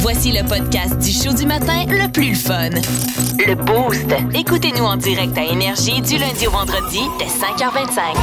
Voici le podcast du show du matin le plus le fun. Le Boost. Écoutez-nous en direct à Énergie du lundi au vendredi dès 5h25.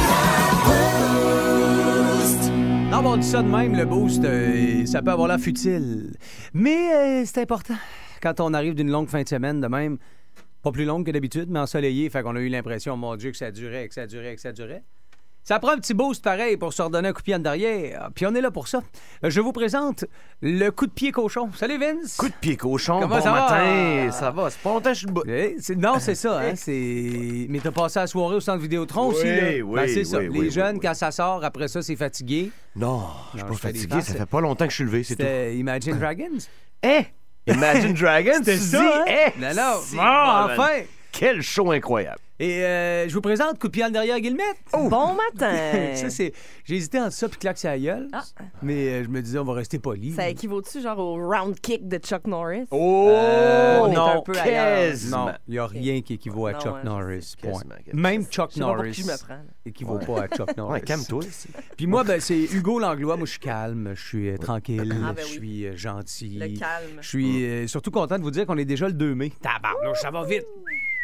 Non, bon, on dit ça de même, le Boost, ça peut avoir l'air futile. Mais c'est important. Quand on arrive d'une longue fin de semaine de même, pas plus longue que d'habitude, mais ensoleillée, fait qu'on a eu l'impression, mon Dieu, que ça durait. Ça prend un petit boost pareil pour se redonner un coup de pied en derrière. Puis on est là pour ça. Je vous présente le coup de pied cochon. Salut Vince! Coup de pied cochon, Comment bon ça va? matin, ça va, c'est pas longtemps que je suis debout. Non, c'est ça, hein, Mais t'as passé la soirée au centre Vidéotron aussi, là? Oui, c'est ça. oui, Les jeunes, oui. quand ça sort, après ça, c'est fatigué. Non, je suis pas je fais des fatigué, faces. ça fait pas longtemps que je suis levé, c'est tout. C'était Imagine Dragons? Imagine Dragons, C'était tu ça, dis? hein? Non, Si, bon, man. enfin! Quel show incroyable. Et je vous présente coup de pied en derrière Guillemette. Bon matin! Ça, c'est... J'ai hésité entre ça puis claque sa gueule. Ah. Mais je me disais, on va rester poli. Ça équivaut-tu genre au round kick de Chuck Norris? Oh, on est non, un peu ailleurs. quasiment. Non, il n'y a rien qui équivaut à Non, Chuck ouais, Norris. je sais. Point. Quasiment. Même Chuck Je sais pas pour Norris qui je me prends. équivaut pas à Chuck Norris. Ouais, calme-toi ici. Puis moi, ben, c'est Hugo Langlois. Moi, je suis calme, je suis tranquille, Ah, ben je oui. suis gentil. Le calme. Je suis surtout content de vous dire qu'on est déjà le 2 mai. Tabarnouche, ça va vite!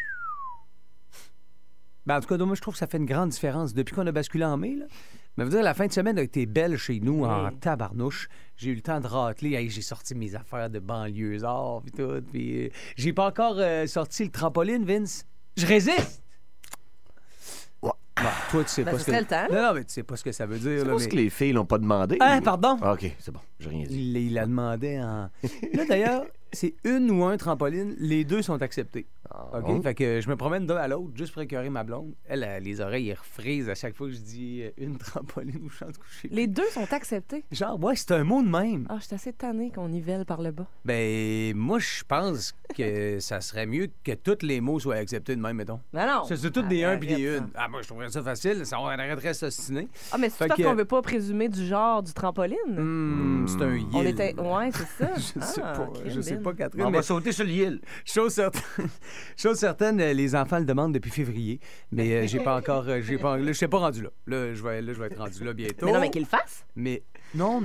Ben, en tout cas, moi, je trouve que ça fait une grande différence. Depuis qu'on a basculé en mai, là, mais vous dire, la fin de semaine a été belle chez nous en tabarnouche. J'ai eu le temps de racler. Hey, j'ai sorti mes affaires de banlieusard puis tout. Puis j'ai pas encore sorti le trampoline, Vince. Je résiste! Ouais. Bon, toi, tu sais Ben, pas ce ce que... serait le temps. Non, mais tu sais pas ce que ça veut dire. C'est Là, pas mais... ce que les filles l'ont pas demandé. Ah, pardon? Ah, OK, c'est bon, j'ai rien dit. Il la demandait en... Là, d'ailleurs, c'est une ou un trampoline. Les deux sont acceptés. OK? bon? Fait que je me promène d'un à l'autre juste pour écœurer ma blonde. Elle, les oreilles, elles refrisent à chaque fois que je dis une trampoline ou champ de coucher. Les deux sont acceptés. Genre, ouais, c'est un mot de même. Ah, je suis assez tannée qu'on nivelle par le bas. Ben, moi, je pense que ça serait mieux que tous les mots soient acceptés de même, mettons. Non, non. C'est tous des un puis des Arrête une. Ah, moi, je trouverais ça facile. Ça, on arrêterait de s'ostiner. ça. Ah, mais c'est Fait parce que- qu'on veut pas présumer du genre du trampoline? C'est un yield. On était... Ouais, c'est ça. Je sais Ah, pas. Je sais crime, pas, Catherine. On mais va sauter sur l'île. Chose certaine, les enfants le demandent depuis février, mais j'ai pas encore, là, je suis pas rendu là. Là, je vais être rendu là bientôt. Mais non, mais qu'il le fasse. Mais non.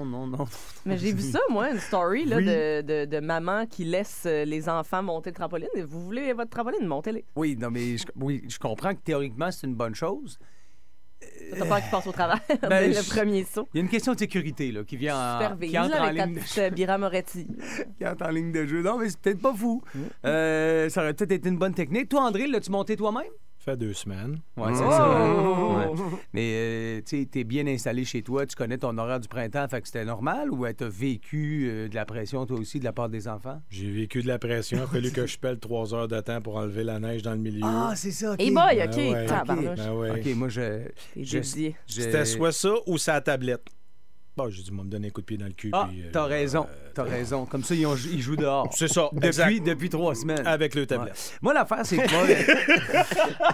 Mais j'ai vu ça, moi, une story là, Oui. de maman qui laisse les enfants monter le trampoline. Et vous voulez votre trampoline, montez-les. Oui, non, mais je comprends que théoriquement c'est une bonne chose. T'as peur qu'il passe au travers Ben, dès le premier saut. Il y a une question de sécurité là qui vient Supervise, qui entre là, en avec ta ligne de petite Bira Moretti. qui entre en ligne de jeu. Non, mais c'est peut-être pas fou. Ça aurait peut-être été une bonne technique. Toi, André, l'as-tu monté toi-même? Ça fait 2 semaines. Ouais, c'est Oh! ça. Ouais. Mais tu sais, t'es bien installé chez toi, tu connais ton horaire du printemps, fait que c'était normal ou t'as vécu de la pression toi aussi de la part des enfants? J'ai vécu de la pression. Il a fallu que je pèle 3 heures de temps pour enlever la neige dans le milieu. Ah, c'est ça. OK. Hey boy, OK. Ben ouais. Tabarnouche. Ben ouais. OK, moi, T'es dédié. C'était soit ça ou sa tablette. Bon, j'ai dit, moi, me donner un coup de pied dans le cul. Ah, puis, t'as raison. Comme ça, ils jouent dehors. C'est ça, exact. Depuis 3 semaines. Avec le tablette. Ouais. Moi, l'affaire, c'est que moi...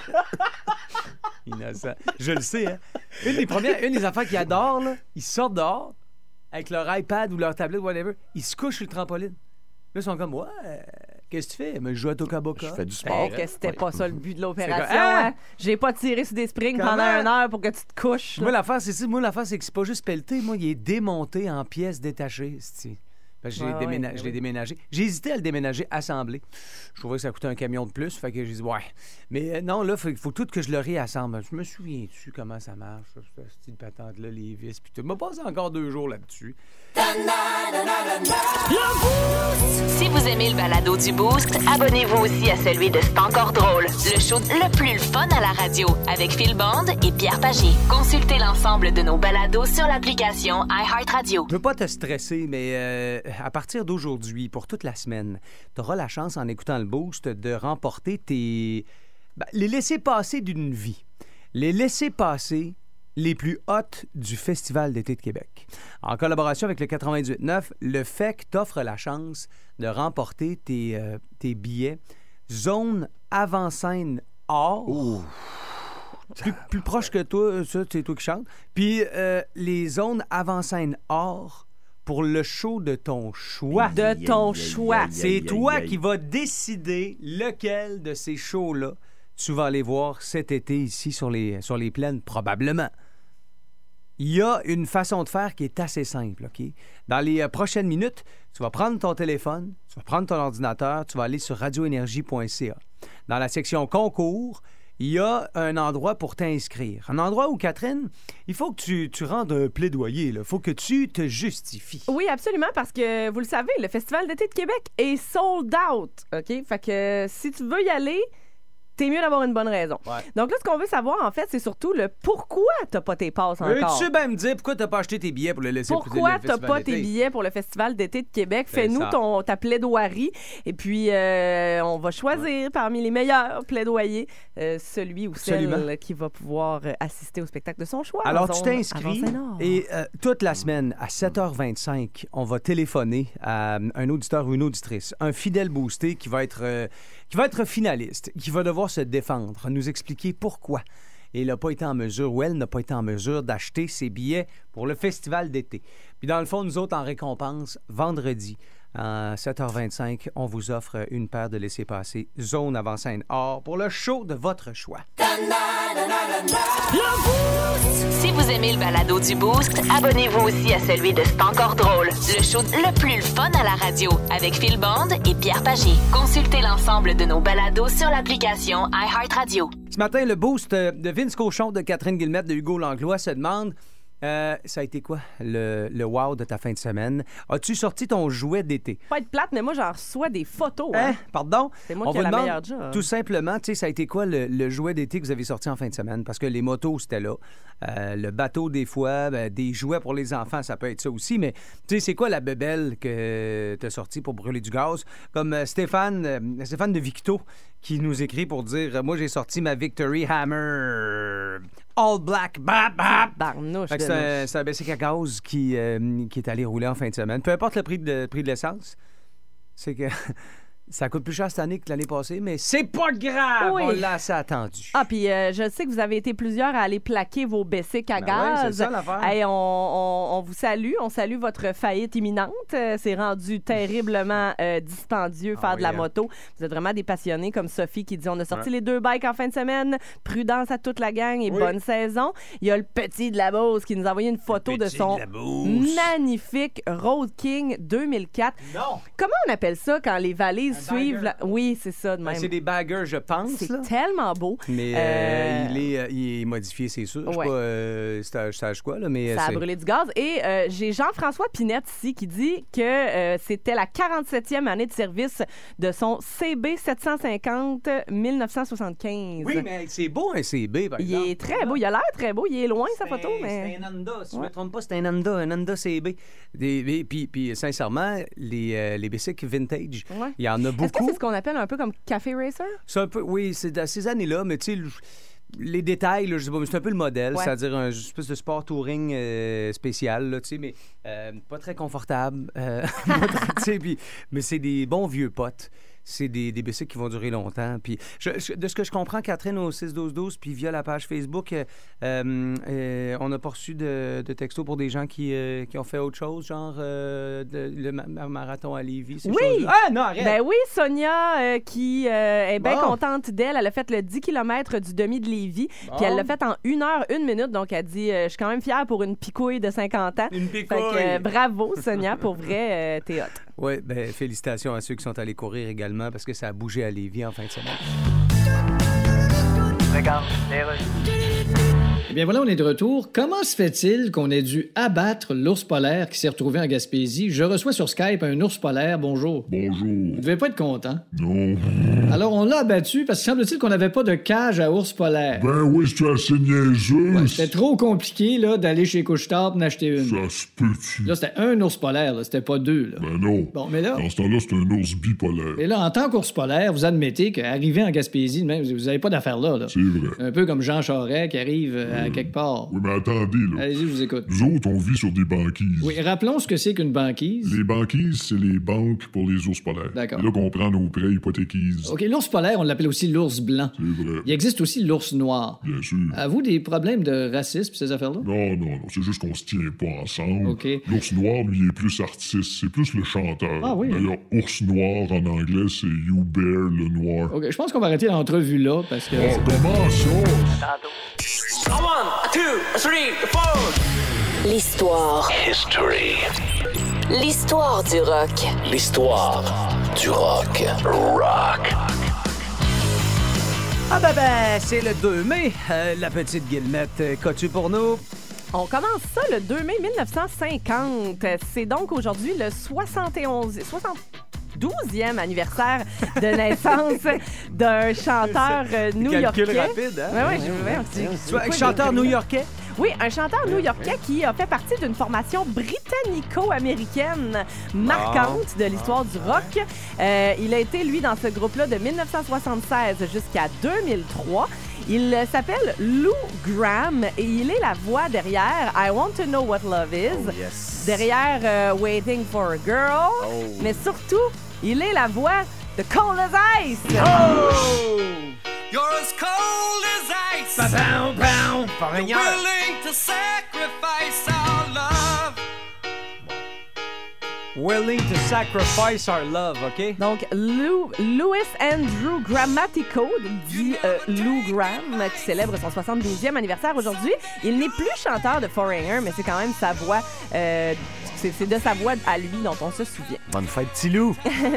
Innocent. Je le sais, hein. Une des affaires qu'ils adorent, là, ils sortent dehors avec leur iPad ou leur tablette, whatever, ils se couchent sur le trampoline. Là, ils sont comme, ouais, qu'est-ce que tu fais? Mais je joue à Tokaboka. Je fais du sport. Hey, que c'était pas ça le but de l'opération. C'est comme, ah! Hein? J'ai pas tiré sur des springs Comment? pendant 1 heure pour que tu te couches. là. Moi, l'affaire, c'est ça. Moi, l'affaire, c'est que c'est pas juste pelleté. Moi, il est démonté en pièces détachées, c'ti. Parce que Ouais, je l'ai déménagé. J'ai hésité à le déménager assemblé. Je trouvais que ça coûtait un camion de plus. Fait que j'ai dit, ouais. Mais non, là, il faut tout que je le réassemble. Je me souviens-tu comment ça marche, ce style patente-là, les vis, puis tout. Je m'a passé encore 2 jours là-dessus. Si vous aimez le balado du Boost, abonnez-vous aussi à celui de C'est encore drôle. Le show le plus le fun à la radio avec Phil Bond et Pierre Pagé. Consultez l'ensemble de nos balados sur l'application iHeartRadio. Je veux pas te stresser, mais à partir d'aujourd'hui, pour toute la semaine, tu auras la chance, en écoutant le Boost, de remporter les laissez-passer d'une vie. Les laissez-passer les plus hautes du Festival d'été de Québec. En collaboration avec le 98.9, le FEC t'offre la chance de remporter tes billets zone avant-scène or. Plus proche que toi, ça, c'est toi qui chantes. Puis les zones avant-scène or pour le show de ton choix. De ton choix. C'est toi qui vas décider lequel de ces shows-là tu vas aller voir cet été ici sur les plaines, probablement. il y a une façon de faire qui est assez simple, OK? Dans les prochaines minutes, tu vas prendre ton téléphone, tu vas prendre ton ordinateur, tu vas aller sur radioénergie.ca. Dans la section concours, il y a un endroit pour t'inscrire. Un endroit où, Catherine, il faut que tu rendes un plaidoyer. Il faut que tu te justifies. Oui, absolument, parce que, vous le savez, le Festival d'été de Québec est sold out, OK? Fait que si tu veux y aller, t'es mieux d'avoir une bonne raison. Ouais. Donc là, ce qu'on veut savoir, en fait, c'est surtout le pourquoi t'as pas tes passes encore. Tu sais bien me dire pourquoi t'as pas acheté tes billets pour le laisser Pourquoi le t'as festival pas d'été? tes billets pour le Festival d'été de Québec? C'est Fais-nous ça. ta plaidoirie. Et puis, on va choisir parmi les meilleurs plaidoyers celui ou Absolument. celle qui va pouvoir assister au spectacle de son choix. Alors, en tu zone t'inscris Avant-Saint-Nord. et toute la semaine, à 7h25, on va téléphoner à un auditeur ou une auditrice, un fidèle boosté qui va être finaliste, qui va devoir se défendre, nous expliquer pourquoi il n'a pas été en mesure ou elle n'a pas été en mesure d'acheter ses billets pour le festival d'été. Puis dans le fond, nous autres, en récompense, vendredi, à 7h25, on vous offre une paire de laissez-passer Zone Avant-Saint-Or pour le show de votre choix. Si vous aimez le balado du Boost, abonnez-vous aussi à celui de C'est encore drôle, le show le plus fun à la radio, avec Phil Bond et Pierre Pagé. Consultez l'ensemble de nos balados sur l'application iHeartRadio. Ce matin, le boost de Vince Cochon, de Catherine Guillemette, de Hugo Langlois se demande ça a été quoi le wow de ta fin de semaine? As-tu sorti ton jouet d'été? Pas être plate, mais moi, j'en reçois des photos. Hein? Pardon? C'est moi On qui ai vous la demande meilleure job. tout simplement, tu sais, ça a été quoi le jouet d'été que vous avez sorti en fin de semaine? Parce que les motos, c'était là. Le bateau, des fois, des jouets pour les enfants, ça peut être ça aussi. Mais tu sais, c'est quoi la bébelle que tu as sortie pour brûler du gaz? Comme Stéphane de Victo qui nous écrit pour dire moi, j'ai sorti ma Victory Hammer All Black. Bap, bap. Barnouche Fait que de c'est un bicycle à gaz qui est allé rouler en fin de semaine. Peu importe le prix de l'essence, c'est que ça coûte plus cher cette année que l'année passée, mais c'est pas grave! Oui. On l'a assez attendu. Ah, puis je sais que vous avez été plusieurs à aller plaquer vos bicycles à Ben gaz. ouais, c'est ça, l'affaire. Hey, on vous salue. On salue votre faillite imminente. C'est rendu terriblement dispendieux faire de la oui, hein. moto. Vous êtes vraiment des passionnés, comme Sophie qui dit on a sorti les 2 bikes en fin de semaine. Prudence à toute la gang et bonne saison. Il y a le petit de la Beauce qui nous a envoyé une photo de son magnifique Road King 2004. Non! Comment on appelle ça quand les valises Un suivent? bagger. Oui, c'est ça de même. C'est des baggers, je pense. C'est là. tellement beau. Mais il est modifié, c'est sûr. Je sais Ouais. pas stage quoi, là, mais Ça a c'est... brûlé du gaz. Et j'ai Jean-François Pinette ici qui dit que c'était la 47e année de service de son CB 750 1975. Oui, mais c'est beau un CB, par exemple. Il est très beau. Il a l'air très beau. Il est loin, sa photo, mais... C'est un Honda. Si je Ouais. ne me trompe pas, c'est un Honda CB. Puis sincèrement, les bicycles vintage, Ouais. il y en a Est-ce que beaucoup. c'est ce qu'on appelle un peu comme Café Racer? C'est un peu, oui, c'est dans ces années-là, mais tu sais, les détails, là, je sais pas, mais c'est un peu le modèle, Ouais. c'est-à-dire un espèce de sport touring spécial, là, tu sais, mais pas très confortable. Pas très- tu sais, mais c'est des bons vieux potes. C'est des bicycles qui vont durer longtemps. Puis, de ce que je comprends, Catherine, au 6-12-12, puis via la page Facebook, on n'a pas reçu de textos pour des gens qui ont fait autre chose, genre le marathon à Lévis. ces Oui! choses-là. Ah, non, arrête! Ben oui, Sonia, qui est bien Bon. contente d'elle. Elle a fait le 10 km du demi de Lévis. Bon. Puis elle l'a fait en 1 heure, 1 minute. Donc, elle dit je suis quand même fière pour une picouille de 50 ans. Une Fait picouille! que bravo, Sonia. Pour vrai, t'es hot. Oui, ben félicitations à ceux qui sont allés courir également parce que ça a bougé à Lévis en fin de semaine. Eh bien voilà, on est de retour. Comment se fait-il qu'on ait dû abattre l'ours polaire qui s'est retrouvé en Gaspésie? Je reçois sur Skype un ours polaire. Bonjour. Bonjour. Vous devez pas être content. Non. Alors, on l'a abattu parce que semble-t-il qu'on n'avait pas de cage à ours polaire. Ben oui, c'est assez niaiseux. Ouais, c'était trop compliqué là, d'aller chez Couche-Tard pour en acheter une. Ça se peut-tu? Là, c'était un ours polaire, là, c'était pas 2. Là. Ben non. Bon, mais là... Dans ce temps-là, c'est un ours bipolaire. Mais là, en tant qu'ours polaire, vous admettez qu'arriver en Gaspésie, même, vous n'avez pas d'affaires là, là. C'est vrai. Un peu comme Jean Charest qui arrive à quelque part. Oui, mais attendez, là. Allez-y, je vous écoute. Nous autres, on vit sur des banquises. Oui, rappelons ce que c'est qu'une banquise. Les banquises, c'est les banques pour les ours polaires. D'accord. C'est là qu'on prend nos prêts hypothéquises. OK, l'ours polaire, on l'appelle aussi l'ours blanc. C'est vrai. Il existe aussi l'ours noir. Bien sûr. Avez-vous des problèmes de racisme, ces affaires-là? Non. C'est juste qu'on se tient pas ensemble. OK. L'ours noir, lui, est plus artiste. C'est plus le chanteur. Ah oui. D'ailleurs, ours noir, en anglais, c'est You Bear le noir. OK, je pense qu'on va arrêter l'entrevue là, parce que... Oh, comment ça? 1, 2, 3, 4. L'histoire. History. L'histoire du rock. L'histoire du rock. Rock. Ah ben, c'est le 2 mai. La petite Guillemette, qu'as-tu pour nous? On commence ça le 2 mai 1950. C'est donc aujourd'hui le 72e anniversaire de naissance d'un chanteur new-yorkais. Calcul rapide, hein? Oui, Chanteur new-yorkais? Oui, un chanteur new-yorkais qui a fait partie d'une formation britannico-américaine marquante de l'histoire du rock. Il a été, lui, dans ce groupe-là de 1976 jusqu'à 2003. Il s'appelle Lou Gramm et il est la voix derrière I Want to Know What Love Is, derrière Waiting for a Girl, mais surtout, il est la voix de Cold as Ice. You're as cold as ice. Ba-bam, bam. You're willing to sacrifice our love. Willing to sacrifice our love, OK? Donc, Louis Andrew Grammatico, dit Lou Gramm, qui célèbre son 72e anniversaire aujourd'hui. Il n'est plus chanteur de Foreigner, mais c'est quand même sa voix... c'est de sa voix à lui dont on se souvient. Bonne fête, petit loup!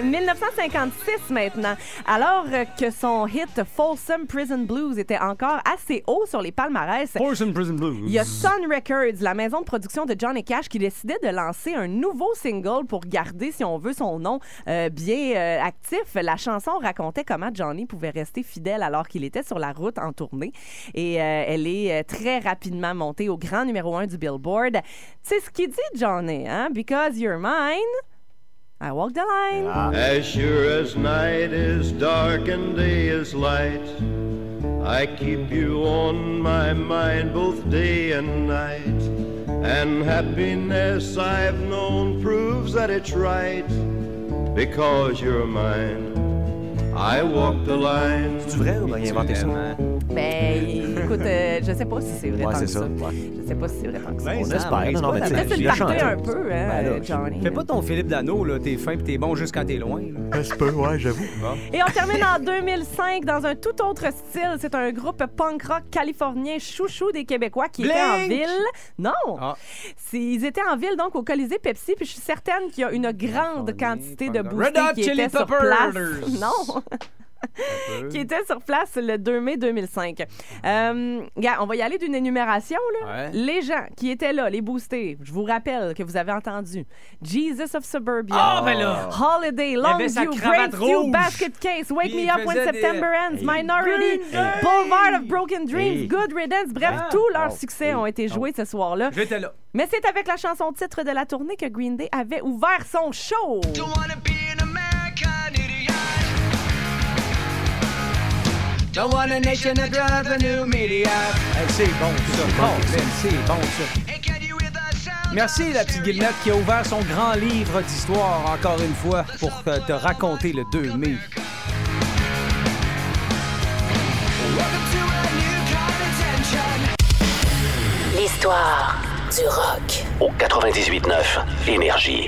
1956 maintenant. Alors que son hit Folsom Prison Blues était encore assez haut sur les palmarès, Folsom Prison Blues. il y a Sun Records, la maison de production de Johnny Cash, qui décidait de lancer un nouveau single pour garder, si on veut, son nom bien actif. La chanson racontait comment Johnny pouvait rester fidèle alors qu'il était sur la route en tournée. Et elle est très rapidement montée au grand numéro 1 du Billboard. C'est ce qu'il dit, Johnny, hein? Because you're mine, I walk the line. As sure as night is dark and day is light, I keep you on my mind both day and night. And happiness I've known proves that it's right. Because you're mine, I walk the line. C'est vrai ou bien il a inventé ça? Ben, écoute, je sais pas si c'est vrai tant que ça. Ouais. Je sais pas si c'est vrai tant que ça. On espère. Non, mais Peut-être tu une partie un peu, hein, Johnny. Fais pas ton Philippe Dano, là. T'es fin pis t'es bon juste quand t'es loin. Ça peut, ouais, j'avoue. Et on termine en 2005 dans un tout autre style. C'est un groupe punk rock californien chouchou des Québécois qui était en ville. Non! Ah. Ils étaient en ville, donc, au Colisée Pepsi, puis je suis certaine qu'il y a une grande quantité de boostés Red Hot qui Chili étaient sur Peppers. place. Non! qui était sur place le 2 mai 2005. Gars, on va y aller d'une énumération. Là. Ouais. Les gens qui étaient là, les boostés, je vous rappelle que vous avez entendu Jesus of Suburbia, Ah, ben là! Holiday, avait sa Longview, cravate Greatview, rouge. Basket Case, Wake Puis Me il Up When faisait September Ends, Minority, Green Day. Boulevard of Broken Dreams, Hey. Good Riddance. Bref, Ah. tous leurs succès ont été joués ce soir-là. J'étais là. Mais c'est avec la chanson titre de la tournée que Green Day avait ouvert son show. Don't wanna be an American idiot. Don't want a nation to drive a new media. C'est bon, ça. C'est bon, ça. Hey, can you hear that sound? Merci, la petite Guillemette qui a ouvert son grand livre d'histoire, encore une fois, pour te raconter le 2 mai. Welcome to a new kind of tension. L'histoire du rock. Au 98.9 Énergie.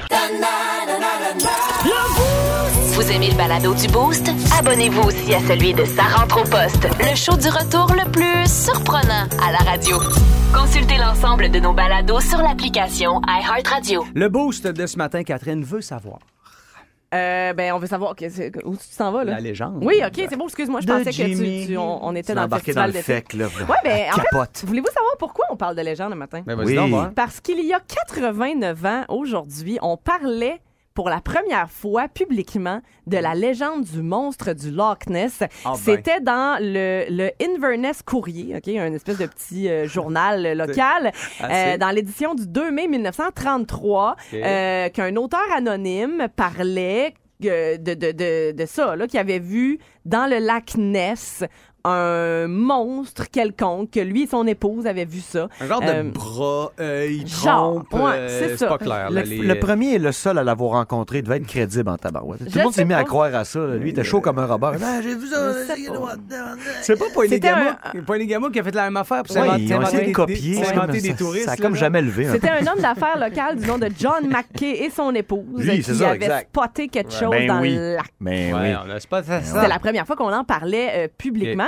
Vous aimez le balado du Boost? Abonnez-vous aussi à celui de Sa rentre au poste, le show du retour le plus surprenant à la radio. Consultez l'ensemble de nos balados sur l'application iHeartRadio. Le boost de ce matin, Catherine veut savoir. Ben, on veut savoir où tu t'en vas, là. La légende. Oui, OK, c'est bon, excuse-moi, je De pensais Jimmy. que on était Tu dans l'as le embarqué dans festival le d'été. fec, là. Ouais, ben, en Capote. fait, voulez-vous savoir pourquoi on parle de légende le matin? Ben, vas-y Oui. donc, voir. Parce qu'il y a 89 ans, aujourd'hui, on parlait pour la première fois publiquement de la légende du monstre du Loch Ness. Ah ben. C'était dans le Inverness Courrier, OK, un espèce de petit journal local, Assez. dans l'édition du 2 mai 1933, qu'un auteur anonyme parlait de ça, là, qui avait vu dans le lac Ness un monstre quelconque, que lui et son épouse avaient vu ça. Un genre de bras, il genre, trompe. ouais, c'est ça. pas clair. Là, Le premier et le seul à l'avoir rencontré devait être crédible en tabarouette. Tout Je le monde sais s'est mis pas. à croire à ça. Lui, il était chaud comme un robot. Ah, j'ai vu ça. Je sais pas. C'est pas C'était Poinégama qui a fait la même affaire pour Ouais, s'inventer ils ont essayé de copier. des, C'est inventer comme des touristes. ça a là, comme genre. jamais levé. C'était un homme d'affaires local du nom de John McKay et son épouse Lui, c'est qui ça, avait exact. spoté quelque chose Ben dans oui. le lac. Mais Ouais, oui. on a pas fait ça. C'était la première fois qu'on en parlait publiquement.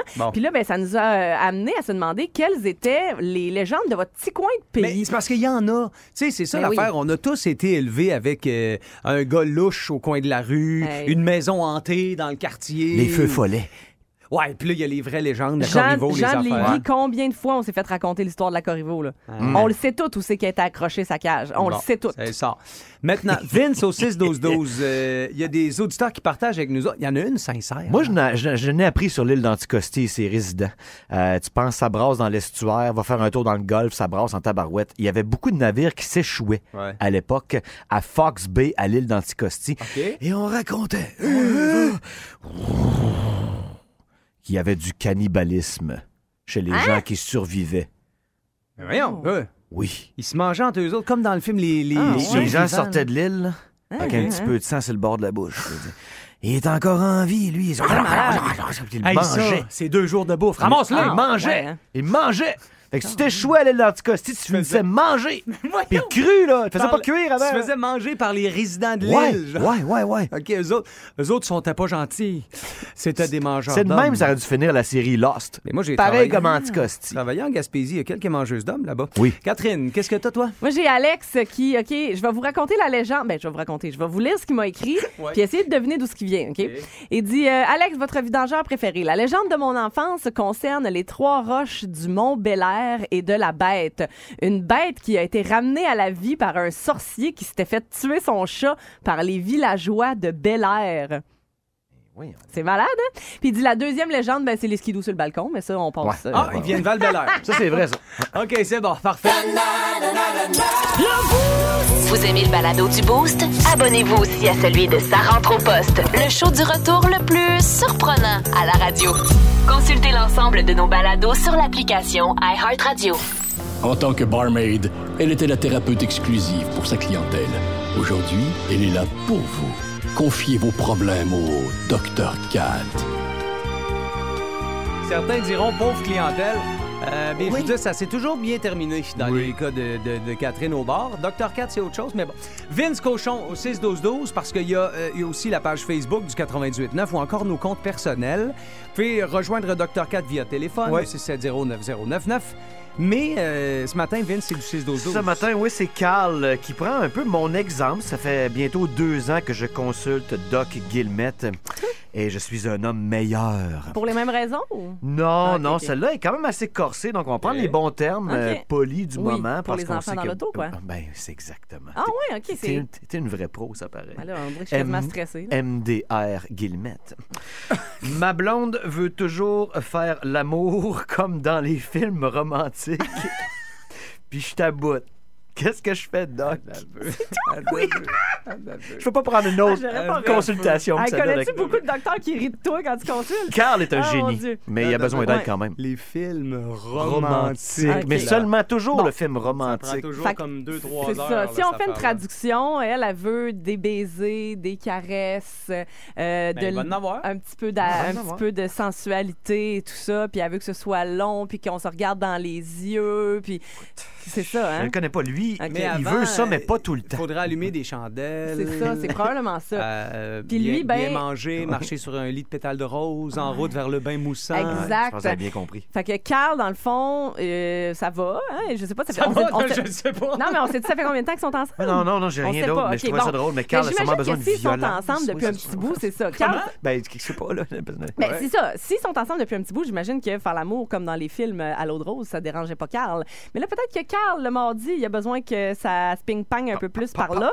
Bon. Puis là, ben, ça nous a amené à se demander quelles étaient les légendes de votre petit coin de pays. Mais c'est parce qu'il y en a. Tu sais, c'est ça Ben l'affaire. oui. On a tous été élevés avec un gars louche au coin de la rue, Hey. une maison hantée dans le quartier. Les feux follets. Ouais, puis là, il y a les vraies légendes, la Jean Corriveau, les de affaires. Lévis, combien de fois on s'est fait raconter l'histoire de la Corriveau, là? On le sait tout où c'est qu'elle était accrochée sa cage. On Bon, le sait tout. C'est ça. Maintenant, Vince au 6-12-12, il y a des auditeurs qui partagent avec nous autres. Il y en a une sincère. Moi, je n'ai appris sur l'île d'Anticosti et ses résidents. Tu penses, ça brasse dans l'estuaire, va faire un tour dans le golfe, ça brasse en tabarouette. Il y avait beaucoup de navires qui s'échouaient à l'époque à Fox Bay, à l'île d'Anticosti. OK. Et on racontait qu'il y avait du cannibalisme chez les gens qui survivaient. Mais voyons, Oui. ils se mangeaient entre eux autres, comme dans le film Les Les survivants. gens sortaient de l'île là, avec un petit peu de sang sur le bord de la bouche. je veux dire. Il est encore en vie, lui. Ils ont... Il Hey, ça, mangeait. c'est 2 jours de bouffe. Ramasse-le! Il mangeait. ouais, hein. Il mangeait. Fait que si tu t'échouais à l'île d'Anticosti, tu finissais manger. Puis cru, là. Tu faisais pas cuire avant. Tu te faisais manger par les résidents de Ouais, l'île. genre. ouais. OK, eux autres sont pas gentils. C'était des mangeurs C'est de d'hommes. même, ça aurait dû finir la série Lost. Mais moi, j'ai Pareil travaillé- comme Anticosti. Travaillé en Gaspésie, il y a quelques mangeuses d'hommes là-bas. Oui. Catherine, qu'est-ce que t'as, toi? Moi, j'ai Alex qui, OK, je vais vous raconter la légende. Ben, je vais vous lire ce qu'il m'a écrit, puis essayer de deviner d'où ce qui vient, OK? Il dit, Alex, votre vidangeur préféré. La légende de mon enfance concerne les 3 roches du mont Bel-Air et de la bête. Une bête qui a été ramenée à la vie par un sorcier qui s'était fait tuer son chat par les villageois de Bel-Air. Oui. C'est malade, hein? Puis il dit, la deuxième légende, ben, c'est les skidoo sur le balcon, mais ça, on passe. Ouais. Ah, ils viennent Val-Belair. Ça, c'est vrai, ça. OK, c'est bon, parfait. Vous aimez le balado du Boost? Abonnez-vous aussi à celui de Sa rentre au poste, le show du retour le plus surprenant à la radio. Consultez l'ensemble de nos balados sur l'application iHeartRadio. En tant que barmaid, elle était la thérapeute exclusive pour sa clientèle. Aujourd'hui, elle est là pour vous. Confiez vos problèmes au Dr. Cat. Certains diront pauvre clientèle. Mais je veux dire, ça s'est toujours bien terminé dans les cas de Catherine au bar. Dr. Cat, c'est autre chose, mais bon. Vince Cochon au 6-12-12, parce qu'il y a aussi la page Facebook du 98.9 ou encore nos comptes personnels. Vous pouvez rejoindre Dr. Cat via téléphone, 670-9099. Mais ce matin, Vince, c'est du 6-12-12. Ce matin, oui, c'est Carl qui prend un peu mon exemple. Ça fait bientôt 2 ans que je consulte Doc Guillemette et je suis un homme meilleur. Pour les mêmes raisons? Ou? Non, Ok, non, ok. celle-là est quand même assez corsée, donc on va prendre les bons termes Ok. polis du Oui, moment. pour parce les qu'on enfants sait dans que- l'auto, quoi. Ben, c'est exactement. Ah ouais, OK, c'est... T'es une vraie pro, ça paraît. Ben là, on dirait que je suis quasiment stressée. là. MDR Guillemette. Ma blonde veut toujours faire l'amour comme dans les films romantiques. Puis je t'aboute. Qu'est-ce que je fais, Doc? Oui. Je peux pas prendre une autre j'aurais pas consultation. Hey, que celle-là, connais-tu Doc. beaucoup de docteurs qui rient de toi quand tu consultes? Carl est un Ah, mon génie, Dieu. mais il a besoin d'aide Ouais. quand même. Les films Romantique. romantiques. Mais là. seulement toujours Bon. le film Ça prend romantique. toujours Fait que comme 2-3 C'est heures. ça. là, Si on cette fait une affaire-là. traduction, elle veut des baisers, des caresses, Ben, il va en avoir. un petit peu en avoir. de sensualité et tout ça, puis elle veut que ce soit long, puis qu'on se regarde dans les yeux, puis c'est ça, Je hein? le connais pas. Lui, Ok. Mais il avant, veut ça, mais pas tout le Il temps. faudrait allumer des chandelles. C'est ça, c'est probablement ça. Puis bien, lui, ben- bien manger, marcher sur un lit de pétales de rose, en route vers le bain moussant. Je pense Exact. que vous avez bien compris. Fait que Carl, dans le fond, ça va, hein? Je sais pas, ça fait... Ça va, on je s'est- sais pas. Non, mais on s'est dit, ça fait combien de temps qu'ils sont ensemble? Mais non, j'ai On rien sait d'autre, pas. mais je Ok, trouvais ça bon. drôle. Mais Carl a Mais sûrement besoin j'imagine de que s'ils sont violence. ensemble depuis Oui, un petit bout, c'est ça. Carl, Ben, je sais pas, là. ben, c'est ça. S'ils sont ensemble depuis un petit bout, j'imagine que faire l'amour comme dans les films à l'eau de rose, ça dérangeait pas Carl. Mais là, peut-être que Carl, le mardi, il a besoin que ça se ping-pang un peu plus par là.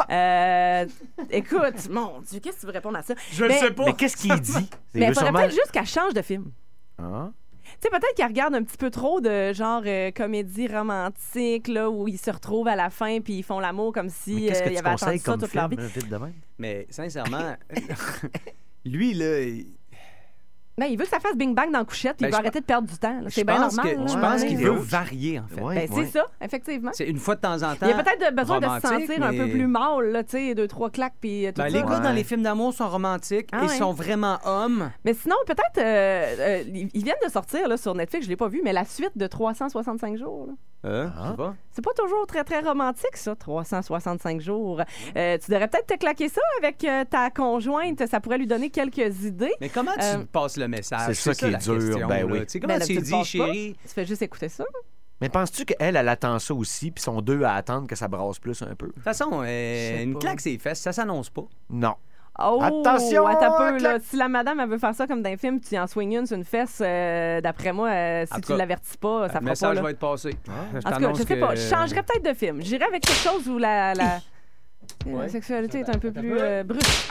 Écoute, mon Dieu, qu'est-ce que tu veux répondre à ça? Je Mais- sais pas. Mais qu'est-ce qu'il dit? Mais il veut faudrait sûrement- peut-être juste qu'elle change de film. Hein? Tu sais, peut-être qu'elle regarde un petit peu trop de genre comédie romantique, là, où ils se retrouvent à la fin puis ils font l'amour comme si Mais qu'est-ce que ils tu avaient attendu conseilles ça comme toute leur film, vie. vite de même? Mais sincèrement, lui, là, Ben, il veut que ça fasse bing-bang dans la couchette puis Ben, il veut je arrêter de perdre du temps. là. je C'est bien pense normal. que- là, je à un pense moment qu'il donné. veut varier, en fait. Ouais, Ben, ouais. c'est ça, effectivement. C'est une fois de temps en temps. Il y a peut-être besoin de se romantique, sentir un peu mais- plus mâle, là, tu sais, 2-3 claques puis tout Ben, ça. les gars Ouais. dans les films d'amour sont romantiques Ah et ouais. sont vraiment hommes. Mais sinon, peut-être, ils viennent de sortir là, sur Netflix, je l'ai pas vu, mais la suite de 365 jours. Là. Je sais pas. C'est pas toujours très, très romantique, ça, 365 jours. Tu devrais peut-être te claquer ça avec ta conjointe. Ça pourrait lui donner quelques idées. Mais comment tu passes le message? C'est ça qui est la dur, question, ben là. oui. Tu sais, comment Ben, tu tu le dis, passes pas. chérie? Tu fais juste écouter ça. Mais penses-tu qu'elle, elle attend ça aussi, puis sont deux à attendre que ça brasse plus un peu? De toute façon, une pas. claque ses fesses, ça s'annonce pas. Non. Oh, Attention, attends un peu, là. claque. Si la madame, elle veut faire ça comme dans un film, tu en swing une sur une fesse, d'après moi, En si tout tu cas, l'avertis pas, ça Le fera pas, message là. va être passé. En tout cas, je sais pas. Je changerais peut-être de film. J'irais avec quelque chose où la sexualité est un peu plus brusque.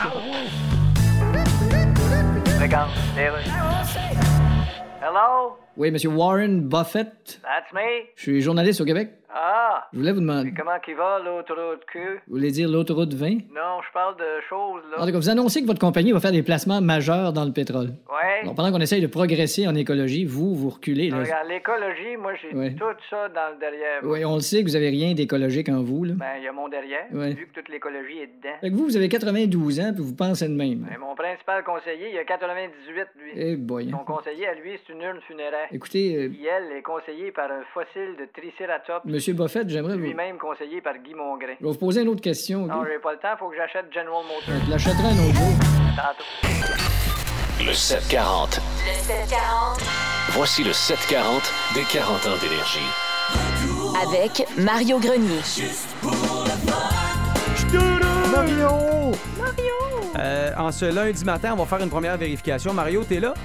Regarde, Hello? Oui, Monsieur Warren Buffett. That's me? Je suis journaliste au Québec. Ah! Je voulais vous demander. Et comment qu'il va, l'autoroute Q? Vous voulez dire l'autoroute 20? Non, je parle de choses, là. En tout cas, vous annoncez que votre compagnie va faire des placements majeurs dans le pétrole. Ouais? Donc, pendant qu'on essaye de progresser en écologie, vous reculez. Là. Regarde, l'écologie, moi, j'ai Ouais. tout ça dans le derrière. Oui, on le sait que vous avez rien d'écologique en vous. Là. Ben, il y a mon derrière, Ouais. vu que toute l'écologie est dedans. Fait que vous avez 92 ans, puis vous pensez de même. Ben, mon principal conseiller, il a 98, lui. Eh boy. Son conseiller, à lui, c'est une urne funéraire. Écoutez, Puis elle est conseillée par un fossile de Triceratops, Monsieur Buffett, j'aimerais vous... lui-même conseillé par Guy Mongrain. Je vais vous poser une autre question. Non, OK? j'ai pas le temps, faut que j'achète General Motors. Je l'achèterai un autre jour. Tantôt. Le 740. Le 740 Voici le 740 des 40 ans d'énergie. avec Mario Grenier. Mario! En ce lundi matin, on va faire une première vérification. Mario, t'es là?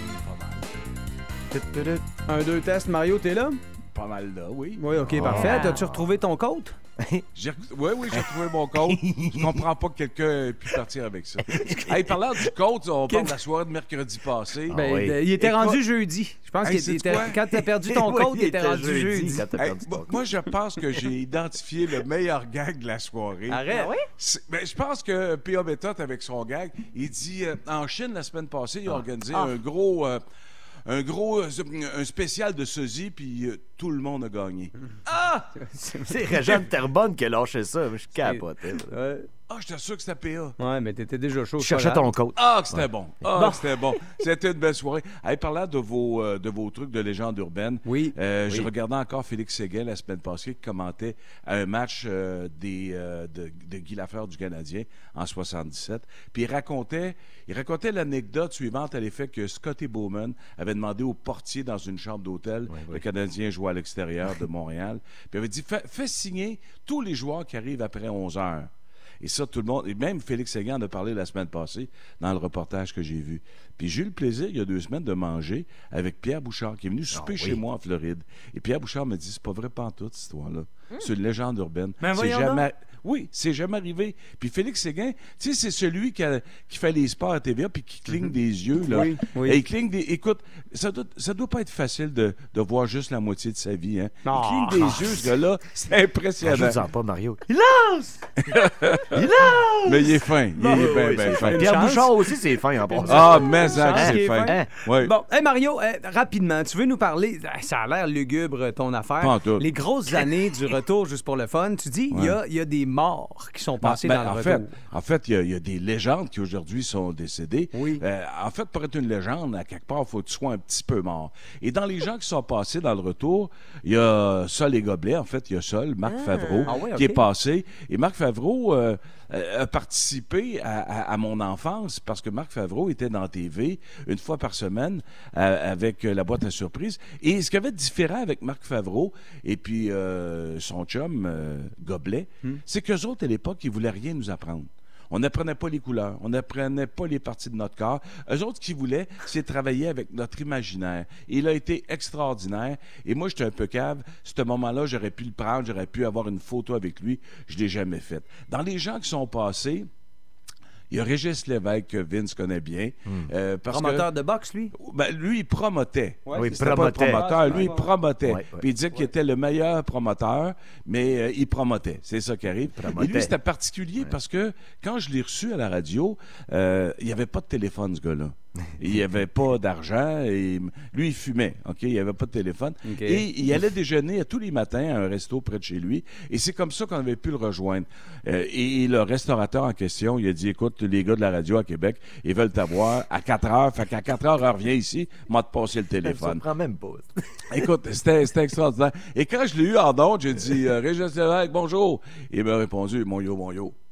1, 2, test. Mario, t'es là? Pas mal là, oui. Oui, OK, parfait. As-tu retrouvé ton code? Oui, j'ai retrouvé mon code. Je comprends pas que quelqu'un ait pu partir avec ça. Hey, parlant du code, on parle de la soirée de mercredi passé. Il était rendu jeudi. Je pense que quand t'as perdu ton code, il était rendu jeudi. Hey, moi, je pense que j'ai identifié le meilleur gag de la soirée. Arrête. Je pense que P.A. Méthode, avec son gag, il dit en Chine, la semaine passée, il a organisé un spécial de sosie, puis tout le monde a gagné. Ah! C'est Régent Terrebonne qui a lâché ça. Je capotais. Ah, j'étais sûr que c'était PA. Ouais, mais t'étais déjà chaud. Je cherchais ton code. Ah, que c'était bon. Ah, que c'était bon. C'était une belle soirée. Hey, parlant de vos trucs de légende urbaine, je regardais encore Félix Séguin la semaine passée qui commentait un match de Guy Lafleur du Canadien en 77. Puis il racontait l'anecdote suivante à l'effet que Scotty Bowman avait demandé au portier dans une chambre d'hôtel, le Canadien jouait à l'extérieur de Montréal, puis il avait dit fais signer tous les joueurs qui arrivent après 11 heures. Et ça, tout le monde, et même Félix Séguin en a parlé la semaine passée dans le reportage que j'ai vu. Puis j'ai eu le plaisir, il y a 2 semaines, de manger avec Pierre Bouchard, qui est venu souper chez moi en Floride. Et Pierre Bouchard me dit, c'est pas vrai pantoute, cette histoire-là. C'est une légende urbaine. Ben voyons donc. Oui, c'est jamais arrivé. Puis Félix Séguin, tu sais, c'est celui qui fait les sports à TVA puis qui cligne des yeux, là. Oui. Et il cligne des... Écoute, ça doit pas être facile de voir juste la moitié de sa vie, hein. Non. Il cligne des yeux, ce gars-là. C'est impressionnant. Je vous en pas, Mario. Il lance! Mais il est fin. Il est bien fin. Pierre Bouchard aussi, c'est fin en passant. Ah, mais c'est fin. Oui. Bon, Mario, rapidement, tu veux nous parler... Ça a l'air lugubre, ton affaire. Pas en tout. Les grosses années du retour, juste pour le fun. Tu dis, il y a des morts qui sont passés dans le retour. En fait, il y a des légendes qui aujourd'hui sont décédées. Oui. En fait, pour être une légende, à quelque part, il faut que tu sois un petit peu mort. Et dans les gens qui sont passés dans le retour, il y a Sol et Gobelets. En fait, il y a Sol, Marc Favreau, qui est passé. Et Marc Favreau a participé à mon enfance parce que Marc Favreau était dans TV une fois par semaine avec la boîte à surprise. Et ce qu'il y avait de différent avec Marc Favreau et puis son chum Gobelet, c'est qu'eux autres, à l'époque, ils voulaient rien nous apprendre. On n'apprenait pas les couleurs, on n'apprenait pas les parties de notre corps. Eux autres, ce qu'ils voulaient, c'est travailler avec notre imaginaire. Et il a été extraordinaire. Et moi, j'étais un peu cave. Ce moment-là, j'aurais pu le prendre, j'aurais pu avoir une photo avec lui. Je ne l'ai jamais fait. Dans les gens qui sont passés, il y a Régis Lévesque, que Vince connaît bien. Promoteur de boxe, lui? Ben, lui, il promotait. Oui, C'était pas le promoteur. Lui, il promotait. Puis il disait qu'il était le meilleur promoteur, mais il promotait. C'est ça qui arrive. Et lui, c'était particulier parce que quand je l'ai reçu à la radio, il n'y avait pas de téléphone, ce gars-là. Il n'y avait pas d'argent. Et lui, il fumait. OK? Il n'y avait pas de téléphone. OK. Et il allait déjeuner tous les matins à un resto près de chez lui. Et c'est comme ça qu'on avait pu le rejoindre. Et le restaurateur en question, il a dit, écoute, les gars de la radio à Québec, ils veulent t'avoir à 4 heures. Fait qu'à 4 heures, reviens ici, m'a te passer le téléphone. Ça prend même pas. Écoute, c'était extraordinaire. Et quand je l'ai eu en ondes, j'ai dit, Régis Lévesque, bonjour. Il m'a répondu, mon yo.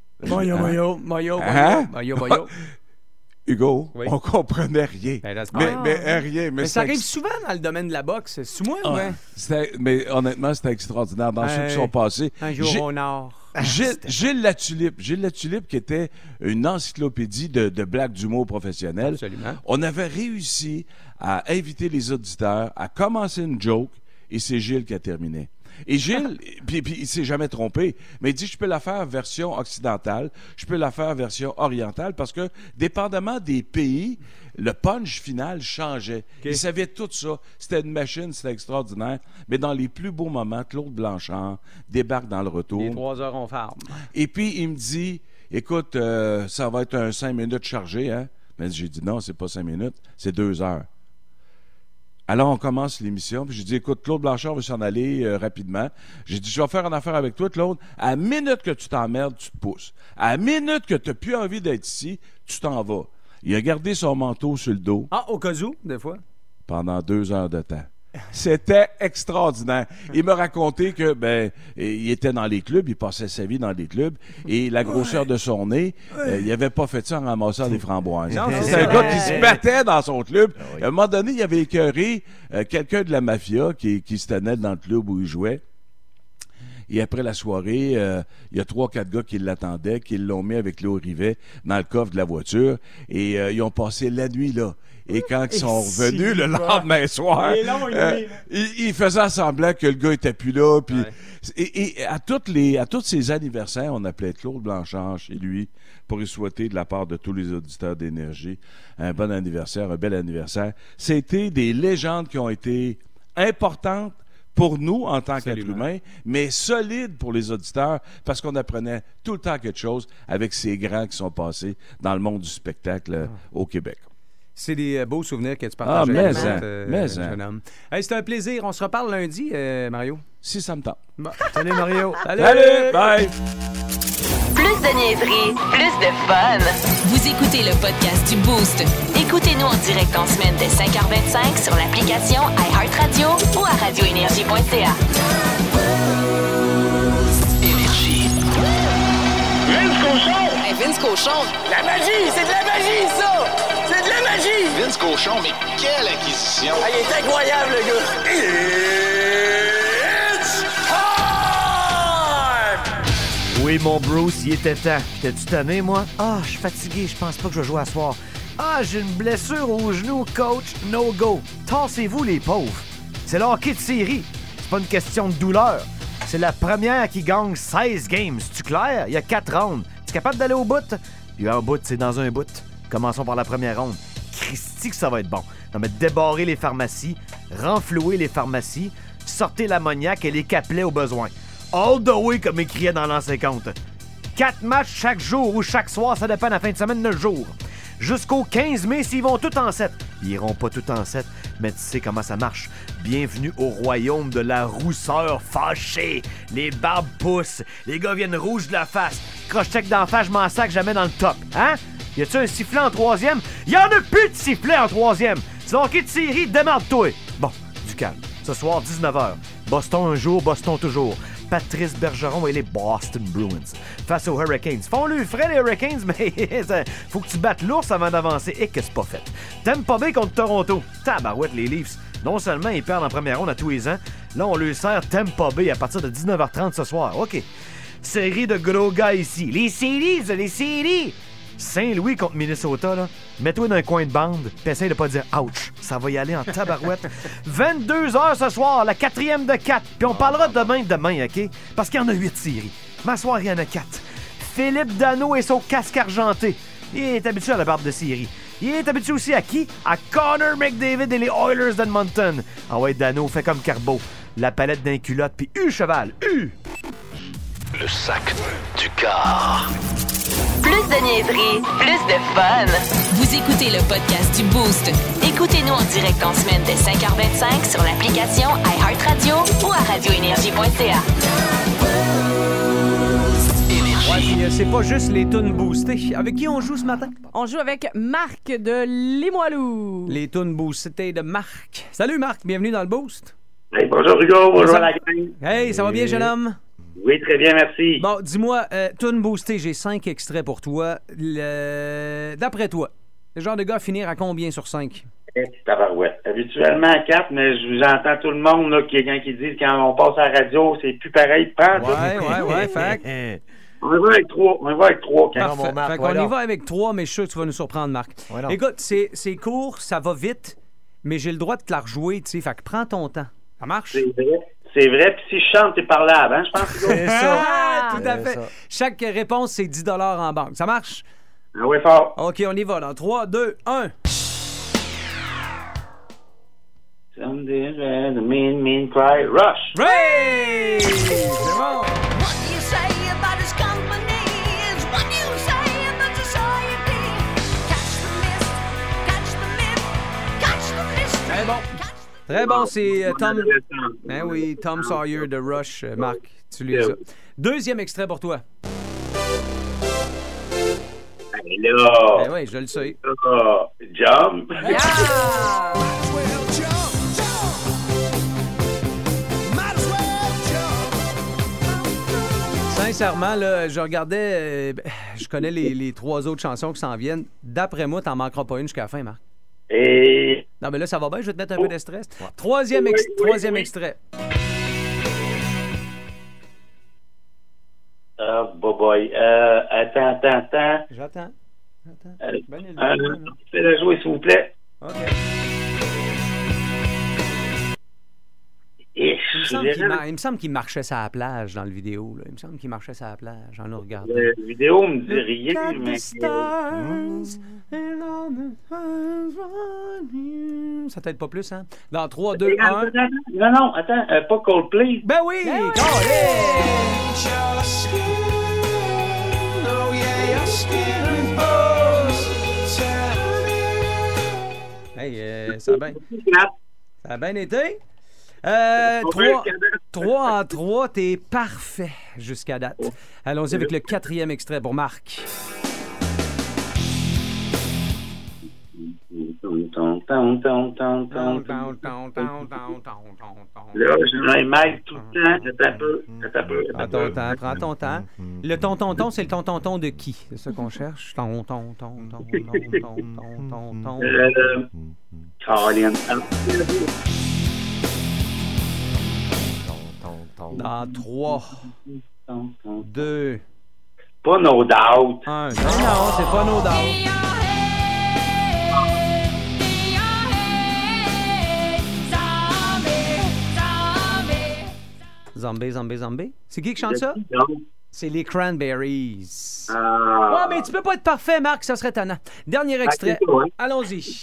Hugo, Oui. on comprenait rien. Mais rien. Mais ça arrive souvent dans le domaine de la boxe. C'est moi, ouais. Mais honnêtement, c'était extraordinaire. Dans ceux qui sont passés. Un jour au nord. Gilles Latulippe, qui était une encyclopédie de blagues d'humour professionnel. Absolument. On avait réussi à inviter les auditeurs à commencer une joke et c'est Gilles qui a terminé. Et Gilles, puis il s'est jamais trompé, mais il dit, je peux la faire version occidentale, je peux la faire version orientale, parce que, dépendamment des pays, le punch final changeait. Okay. Il savait tout ça. C'était une machine, c'était extraordinaire. Mais dans les plus beaux moments, Claude Blanchard débarque dans le retour. Les 3 heures, on ferme. Et puis, il me dit, écoute, ça va être un 5 minutes chargé, hein? Mais j'ai dit, non, c'est pas 5 minutes, c'est 2 heures. Alors, on commence l'émission, puis j'ai dit, écoute, Claude Blanchard veut s'en aller rapidement. J'ai dit, je vais faire une affaire avec toi, Claude. À la minute que tu t'emmerdes, tu te pousses. À la minute que tu n'as plus envie d'être ici, tu t'en vas. Il a gardé son manteau sur le dos. Ah, au cas où, des fois. Pendant 2 heures de temps. C'était extraordinaire. Il m'a raconté que il était dans les clubs, il passait sa vie dans les clubs, et la grosseur de son nez, il n'avait pas fait ça en ramassant des framboises. C'est un gars qui se battait dans son club. À un moment donné, il avait écœuré quelqu'un de la mafia qui se tenait dans le club où il jouait. Et après la soirée, il y a 3-4 gars qui l'attendaient, qui l'ont mis avec Léo Rivet dans le coffre de la voiture. Et ils ont passé la nuit là. Et quand ils sont revenus le lendemain soir, ils faisaient semblant que le gars était plus là. Puis, et à tous ses anniversaires, on appelait Claude Blanchard chez lui pour lui souhaiter de la part de tous les auditeurs d'Énergie un bon anniversaire, un bel anniversaire. C'était des légendes qui ont été importantes pour nous en tant qu'être humain, mais solide pour les auditeurs parce qu'on apprenait tout le temps quelque chose avec ces grands qui sont passés dans le monde du spectacle au Québec. C'est des beaux souvenirs que tu partages avec mais jeune homme. Hey, c'était un plaisir. On se reparle lundi, Mario. Si ça me tente. Bon. Salut, Mario. Salut. Bye. Plus de niaiserie, plus de fun. Vous écoutez le podcast du Boost. Écoutez-nous en direct en semaine dès 5h25 sur l'application iHeartRadio ou à radioénergie.ca. Énergie. Vince Cochon! Hey, Vince Cochon! La magie! C'est de la magie, ça! C'est de la magie! Vince Cochon, mais quelle acquisition! Ah, il est incroyable, le gars! It's time! Oui, mon Bruce, il était temps. T'es-tu tanné, moi? Ah, je suis fatigué, je pense pas que je vais jouer à soir. Ah, j'ai une blessure au genou, coach, no go. Tassez-vous, les pauvres. C'est le hockey de série. C'est pas une question de douleur. C'est la première qui gagne 16 games. C'est-tu clair? Il y a 4 rounds. Tu es capable d'aller au bout? Puis un bout, c'est dans un bout. Commençons par la première ronde. Christy que ça va être bon. Non, mais débarrer les pharmacies, renflouer les pharmacies, sortez l'ammoniaque et les capelets au besoin. All the way, comme écriait dans l'an 50. 4 matchs chaque jour ou chaque soir, ça dépend de la fin de semaine, 9 jours. Jusqu'au 15 mai, s'ils vont tout en 7. Ils iront pas tout en 7, mais tu sais comment ça marche. Bienvenue au royaume de la rousseur fâchée. Les barbes poussent, les gars viennent rouges de la face. Croche-check d'en face, je m'en sac jamais dans le top. Hein? Y a-tu un sifflet en 3e? Y en a plus de sifflet en 3e. C'est le hockey de série, démarre-toi. Bon, du calme. Ce soir, 19h. Boston un jour, Boston toujours. Patrice Bergeron et les Boston Bruins face aux Hurricanes. Font-le frais, les Hurricanes, mais faut que tu battes l'ours avant d'avancer et que c'est pas fait. Tampa Bay contre Toronto. Tabarouette, les Leafs. Non seulement ils perdent en première ronde à tous les ans, là, on leur sert Tampa Bay à partir de 19h30 ce soir. OK. Série de gros gars ici. Les séries, les séries! Saint-Louis contre Minnesota, là. Mets-toi dans un coin de bande, pis essaye de pas dire « ouch ». Ça va y aller en tabarouette. 22h ce soir, la 4e de 4. Puis on parlera demain, OK? Parce qu'il y en a 8 séries. Ma soirée, il y en a 4. Philippe Dano et son casque argenté. Il est habitué à la barbe de série. Il est habitué aussi à qui? À Connor McDavid et les Oilers d'Edmonton. Ah ouais, Dano, fait comme Carbo. La palette d'un culotte, puis cheval, Le sac du car. Plus de niaiserie, plus de fun. Vous écoutez le podcast du Boost. Écoutez-nous en direct en semaine dès 5h25 sur l'application iHeartRadio ou à radioénergie.ca. Ouais, puis, c'est pas juste les tunes boostées. Avec qui on joue ce matin? On joue avec Marc de Limoilou. Les tunes boostées de Marc. Salut Marc, bienvenue dans le Boost. Hey, bonjour Hugo, bonjour à la gang. Hey, ça va bien jeune homme? Oui, très bien, merci. Bon, dis-moi, tune boostée, j'ai 5 extraits pour toi. D'après toi, le genre de gars à finir à combien sur 5? Tabarouette. Habituellement à 4, mais j'entends tout le monde là, quelqu'un qui dit quand on passe à la radio, c'est plus pareil. Ouais, fact. On va avec 3. Parfait. Fait qu'on y va avec 3, mais je suis sûr que tu vas nous surprendre, Marc. Écoute, c'est court, ça va vite, mais j'ai le droit de te la rejouer, tu sais. Fait que prends ton temps. Ça marche? C'est vrai. Puis si je chante, t'es parlable, hein, je pense. C'est ça. Tout à fait. Ça. Chaque réponse, c'est 10 $ en banque. Ça marche? Ah oui, fort. OK, on y va. Dans 3, 2, 1. Someday the mean cry, rush. Ray! C'est bon. Très bon. Très bon, c'est Tom. Ben oui, Tom Sawyer de Rush, Marc. Tu lui as. Deuxième extrait pour toi. Là. Ben oui, je le sais. Jump. Yeah! Sincèrement, là, je regardais, je connais les 3 autres chansons qui s'en viennent. D'après moi, t'en manqueras pas une jusqu'à la fin, Marc. Et... Non, mais là, ça va bien, je vais te mettre un peu de stress. Troisième extrait. Boy. Attends. J'attends. Fais-le jouer, s'il vous plaît. OK. Il me semble qu'il marchait sur la plage dans le vidéo. Là. Il me semble qu'il marchait sur la plage en nous regardant. La vidéo me dit rien, mais... Ça t'aide pas plus, hein? Dans 3, 2, 1... Non, attends, pas Coldplay. Ben oui! Hey, ça a bien été. 3 en 3, t'es parfait jusqu'à date. Allons-y avec le 4e extrait pour Marc. Là, je m'aide tout le temps. Prends ton temps, prends ton temps. Le ton, c'est le ton de qui? C'est ça qu'on cherche? Ton. Caroline. Dans 3, 2... Pas No Doubt. 1. Non, c'est pas No Doubt. Zombie. C'est qui chante ça? C'est les Cranberries. Ouais, mais tu peux pas être parfait, Marc, ça serait tannant. Dernier extrait. Allons-y.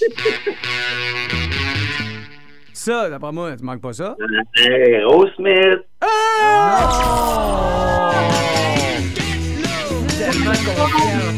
Ça, d'après moi, tu manques pas ça. Aerosmith. Tellement confiant.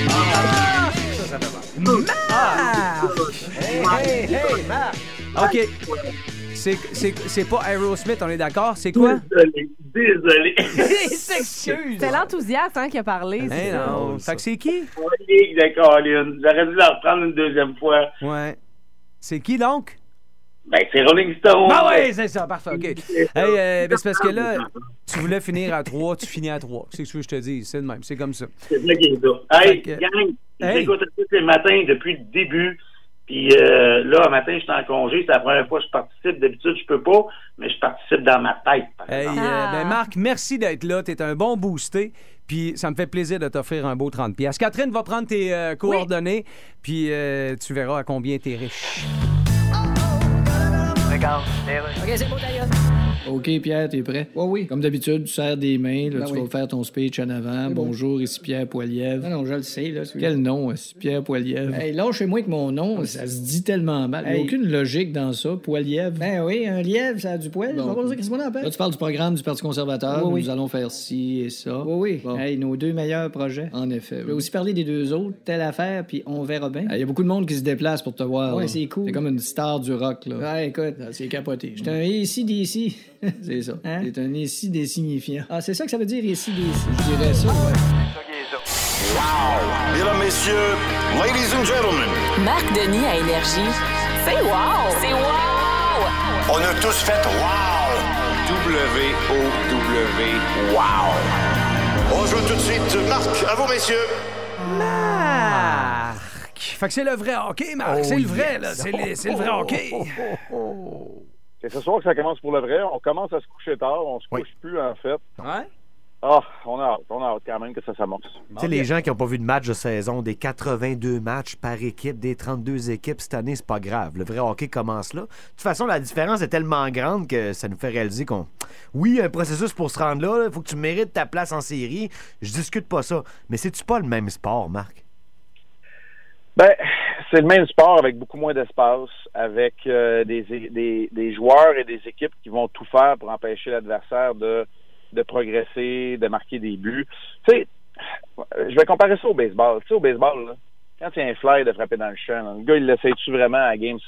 Hey, Marc. OK. C'est pas Aerosmith, on est d'accord? C'est quoi? Désolé. C'est l'enthousiasme qui a parlé. Hey, non. Fait que c'est qui? D'accord, j'aurais dû la reprendre une deuxième fois. Ouais. C'est qui donc? Ben, c'est Rolling Stone. Ah oui, c'est ça, parfait, OK. Hey, ben, c'est parce que là, tu voulais finir à 3, tu finis à 3. C'est ce que je te dis, c'est de même, c'est comme ça. C'est ça qui est ça. Hey, gang, j'écoute tous les matins depuis le début. Puis là, un matin, je suis en congé. C'est la première fois que je participe. D'habitude, je peux pas, mais je participe dans ma tête, par exemple. Ben Marc, merci d'être là. T'es un bon boosté. Puis ça me fait plaisir de t'offrir un beau 30$. Catherine va prendre tes coordonnées, puis tu verras à combien t'es riche. Regarde, OK, c'est beau d'ailleurs. OK, Pierre, t'es prêt? Oui. Comme d'habitude, tu serres des mains, là, tu vas faire ton speech en avant. Bonjour, ici Pierre Poilievre. Non, je le sais, là. Quel nom, Pierre Poilievre? Hey, lâchez-moi que mon nom, ça se dit tellement mal. Il n'y a aucune logique dans ça, Poilievre. Ben oui, un lièvre, ça a du poil. Bon. Qu'est-ce qu'on appelle? Là, tu parles du programme du Parti conservateur. Oui. Nous allons faire ci et ça. Oui. Bon. Hey, nos 2 meilleurs projets. En effet. Je vais aussi parler des 2 autres, telle affaire, puis on verra bien. Il y a beaucoup de monde qui se déplace pour te voir. Ouais, c'est cool. C'est comme une star du rock, là. Ouais, écoute, c'est capoté. J'étais un ici. C'est ça. Hein? C'est un ici des signifiants. Ah, c'est ça que ça veut dire ici des. Je dirais ça, ouais. Wow! Mesdames, messieurs, ladies and gentlemen. Marc Denis à Énergie. C'est wow! C'est wow! On a tous fait wow! W-O-W, wow! On joue tout de suite. Marc, à vous, messieurs. Marc! Fait que c'est le vrai hockey, Marc. C'est le vrai, là. C'est le vrai hockey. C'est ce soir que ça commence pour le vrai. On commence à se coucher tard. On se couche plus, en fait. Ouais? Ah, on a hâte quand même que ça s'amorce. Tu sais, les gens qui n'ont pas vu de match de saison, des 82 matchs par équipe, des 32 équipes cette année, c'est pas grave. Le vrai hockey commence là. De toute façon, la différence est tellement grande que ça nous fait réaliser qu'on... Oui, un processus pour se rendre là, il faut que tu mérites ta place en série. Je discute pas ça. Mais c'est-tu pas le même sport, Marc? Ben, c'est le même sport avec beaucoup moins d'espace, avec des joueurs et des équipes qui vont tout faire pour empêcher l'adversaire de progresser, de marquer des buts. Tu sais, je vais comparer ça au baseball. Tu sais, au baseball, là, quand il y a un fly de frapper dans le champ, là, le gars, il l'essaie-tu vraiment à game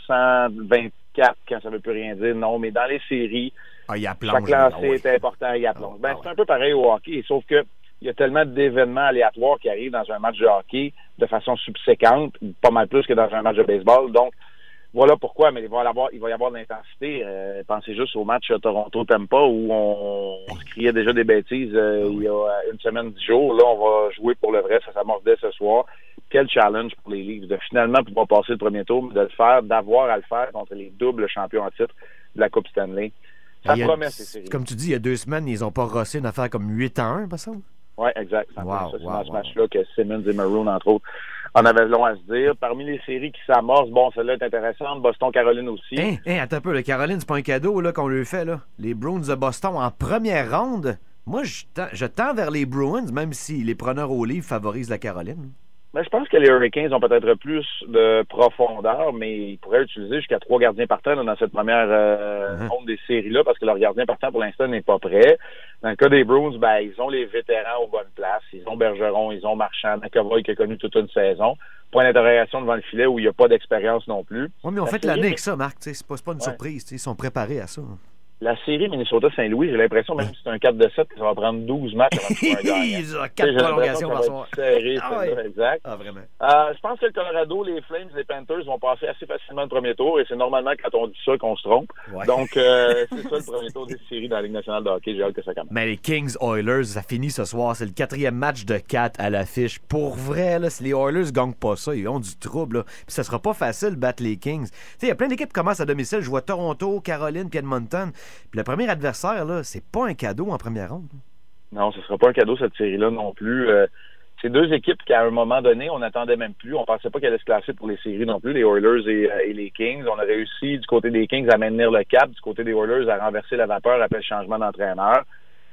124 quand ça veut plus rien dire? Non, mais dans les séries, chaque lancer est important, il y a plonge. C'est un peu pareil au hockey, sauf que il y a tellement d'événements aléatoires qui arrivent dans un match de hockey de façon subséquente, pas mal plus que dans un match de baseball. Donc, voilà pourquoi, mais il va y avoir de l'intensité. Pensez juste au match Toronto-Tampa où on se criait déjà des bêtises il y a une semaine, 10 jours. Là, on va jouer pour le vrai. Ça s'amorce dès ce soir. Quel challenge pour les Leafs de finalement pouvoir passer le premier tour, mais de le faire, d'avoir à le faire contre les doubles champions en titre de la Coupe Stanley. Ça promet ces séries. Comme tu dis, il y a 2 semaines, ils n'ont pas rossé une affaire comme 8-1, pas ça? Oui, exact. C'est dans ce match-là que Simmons et Maroon, entre autres, en avaient long à se dire. Parmi les séries qui s'amorcent, bon, celle-là est intéressante. Boston-Caroline aussi. Attends un peu. Le Caroline, c'est pas un cadeau là, qu'on lui fait. Là. Les Bruins de Boston en première ronde. Moi, je tends vers les Bruins, même si les preneurs au livre favorisent la Caroline. Ben, je pense que les Hurricanes ont peut-être plus de profondeur, mais ils pourraient utiliser jusqu'à 3 gardiens partants dans cette première ronde des séries-là, parce que leur gardien partant, pour l'instant, n'est pas prêt. Dans le cas des Bruins, ben, ils ont les vétérans aux bonnes places. Ils ont Bergeron, ils ont Marchand, McAvoy qui a connu toute une saison. Point d'interrogation devant le filet où il n'y a pas d'expérience non plus. Oui, mais on fait l'année avec ça, Marc. C'est pas une surprise. Ils sont préparés à ça. La série Minnesota-Saint-Louis, j'ai l'impression, même si c'est un 4-7, que ça va prendre 12 matchs avant de trouver un gagnant. Ils ont 4 prolongations par soir. Serré, exact. Ah, vraiment. Je pense que le Colorado, les Flames, les Panthers vont passer assez facilement le premier tour, et c'est normalement quand on dit ça qu'on se trompe. Ouais. Donc, c'est ça le premier tour des séries dans la Ligue nationale de hockey. J'ai hâte que ça commence. Mais les Kings-Oilers, ça finit ce soir. C'est le 4e match de 4 à l'affiche. Pour vrai, là, si les Oilers ne gagnent pas ça, ils ont du trouble. Là. Puis ça sera pas facile de battre les Kings. Tu sais, il y a plein d'équipes qui commencent à domicile. Je vois Toronto, Caroline, puis Edmonton. Puis le premier adversaire, là, c'est pas un cadeau en première ronde. Non, ce sera pas un cadeau, cette série-là non plus. C'est 2 équipes qu'à un moment donné, on n'attendait même plus. On pensait pas qu'elles allaient se classer pour les séries non plus, les Oilers et les Kings. On a réussi, du côté des Kings, à maintenir le cap, du côté des Oilers, à renverser la vapeur après le changement d'entraîneur.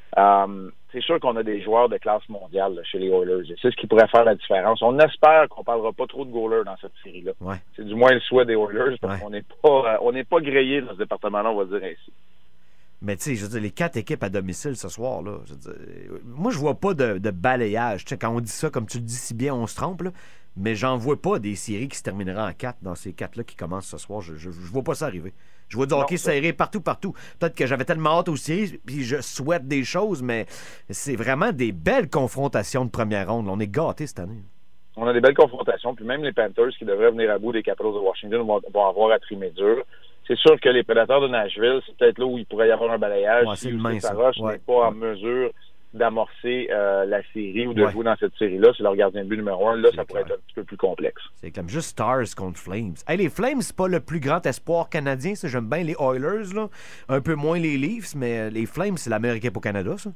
C'est sûr qu'on a des joueurs de classe mondiale là, chez les Oilers. Et c'est ce qui pourrait faire la différence. On espère qu'on parlera pas trop de goalers dans cette série-là. Ouais. C'est du moins le souhait des Oilers, parce qu'on n'est pas grillés dans ce département-là, on va dire ainsi. Mais tu sais, je veux dire, les 4 équipes à domicile ce soir, là, moi, je vois pas de balayage. Tu sais, quand on dit ça, comme tu le dis si bien, on se trompe, là, mais j'en vois pas des séries qui se termineront en 4 dans ces 4-là qui commencent ce soir. Je vois pas ça arriver. Je vois du hockey serré partout. Peut-être que j'avais tellement hâte aux séries, puis je souhaite des choses, mais c'est vraiment des belles confrontations de première ronde. On est gâtés cette année. On a des belles confrontations, puis même les Panthers qui devraient venir à bout des Capitals de Washington vont avoir à trimer dur. C'est sûr que les Prédateurs de Nashville, c'est peut-être là où il pourrait y avoir un balayage. Si Saroche n'est pas en mesure d'amorcer la série ou de jouer dans cette série-là, c'est leur gardien de but numéro 1. Là, ça pourrait être un petit peu plus complexe. C'est comme juste Stars contre Flames. Hey, les Flames, c'est pas le plus grand espoir canadien. Ça, j'aime bien les Oilers, là. Un peu moins les Leafs, mais les Flames, c'est la meilleure équipe au Canada, ça?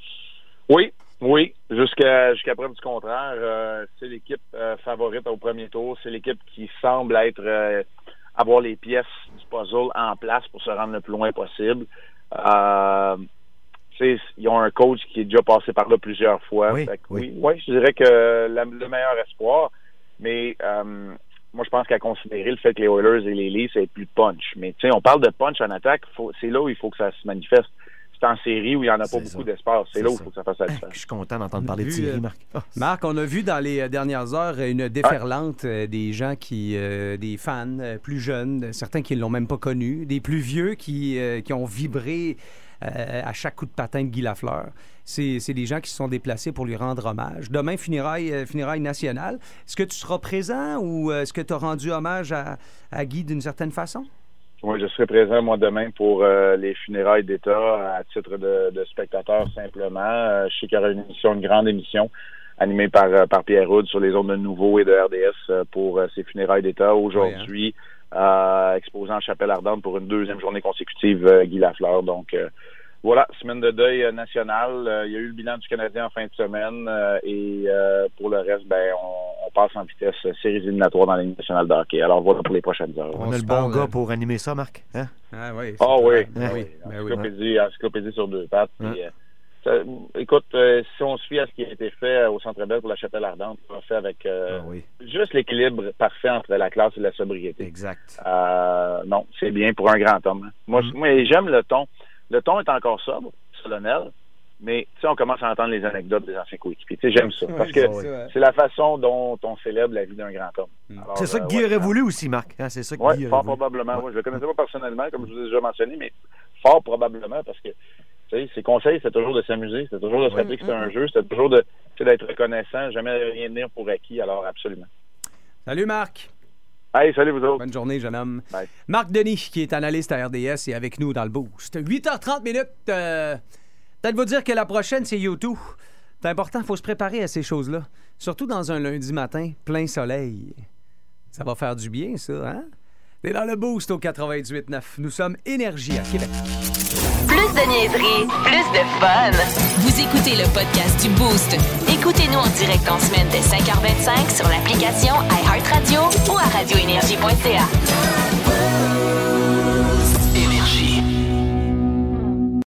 Oui. Jusqu'à preuve du contraire. C'est l'équipe favorite au premier tour. C'est l'équipe qui semble être... avoir les pièces du puzzle en place pour se rendre le plus loin possible. Ils ont un coach qui est déjà passé par là plusieurs fois. Oui, je dirais que le meilleur espoir. Mais moi, je pense qu'à considérer le fait que les Oilers et les Leafs aient plus de punch. Mais tu sais, on parle de punch en attaque, c'est là où il faut que ça se manifeste. C'est en série où il n'y en a pas beaucoup d'espace. C'est là où il faut que ça fasse la différence. Je suis content d'entendre parler de Thierry, Marc. Marc, on a vu dans les dernières heures une déferlante des gens des fans plus jeunes, certains qui ne l'ont même pas connu, des plus vieux qui ont vibré à chaque coup de patin de Guy Lafleur. C'est des gens qui se sont déplacés pour lui rendre hommage. Demain, funérailles nationales. Est-ce que tu seras présent ou est-ce que tu as rendu hommage à Guy d'une certaine façon? Oui, je serai présent, moi, demain pour les funérailles d'État à titre de spectateur simplement. Je sais qu'il y aura une grande émission animée par Pierre Houd sur les ondes de Nouveau et de RDS pour ces funérailles d'État. Aujourd'hui, exposant à Chapelle-Ardente pour une deuxième journée consécutive Guy Lafleur. Donc, voilà, semaine de deuil national. Il y a eu le bilan du Canadien en fin de semaine et pour le reste, on passe en vitesse séries éliminatoires dans la Ligue nationale de hockey. Alors voilà pour les prochaines heures. On a le bon gars pour animer ça, Marc. Hein? Ah oui. Encyclopédie sur deux pattes. Puis, écoute, si on se fie à ce qui a été fait au Centre Bell pour la Chapelle-Ardente, on l'a fait avec juste l'équilibre parfait entre la classe et la sobriété. Exact. Non, c'est bien pour un grand homme. Hein. Moi, j'aime le ton. Le ton est encore sobre, solennel, mais tu sais, on commence à entendre les anecdotes des anciens coéquipiers. Tu sais, j'aime ça, parce que c'est la façon dont on célèbre la vie d'un grand homme. Alors, c'est ça que Guy aurait voulu aussi, Marc. Hein? C'est ça que Guy fort probablement. Ouais. Je le connaissais pas personnellement, comme je vous ai déjà mentionné, mais fort probablement, parce que tu sais, ses conseils, c'est toujours de s'amuser, c'est toujours de se rappeler que c'est un jeu, c'est toujours d'être reconnaissant, jamais rien tenir pour acquis, alors absolument. Salut Marc! Hey, salut vous autres. Bonne journée, jeune homme. Bye. Marc Denis, qui est analyste à RDS, est avec nous dans le boost. 8h30 minutes. Peut-être vous dire que la prochaine, c'est U2. C'est important, il faut se préparer à ces choses-là. Surtout dans un lundi matin, plein soleil. Ça va faire du bien, ça, hein? T'es dans le boost au 98.9. Nous sommes Énergie à Québec. Plus de niaiserie, plus de fun. Vous écoutez le podcast du Boost. Écoutez-nous en direct en semaine dès 5h25 sur l'application iHeartRadio ou à radioénergie.ca.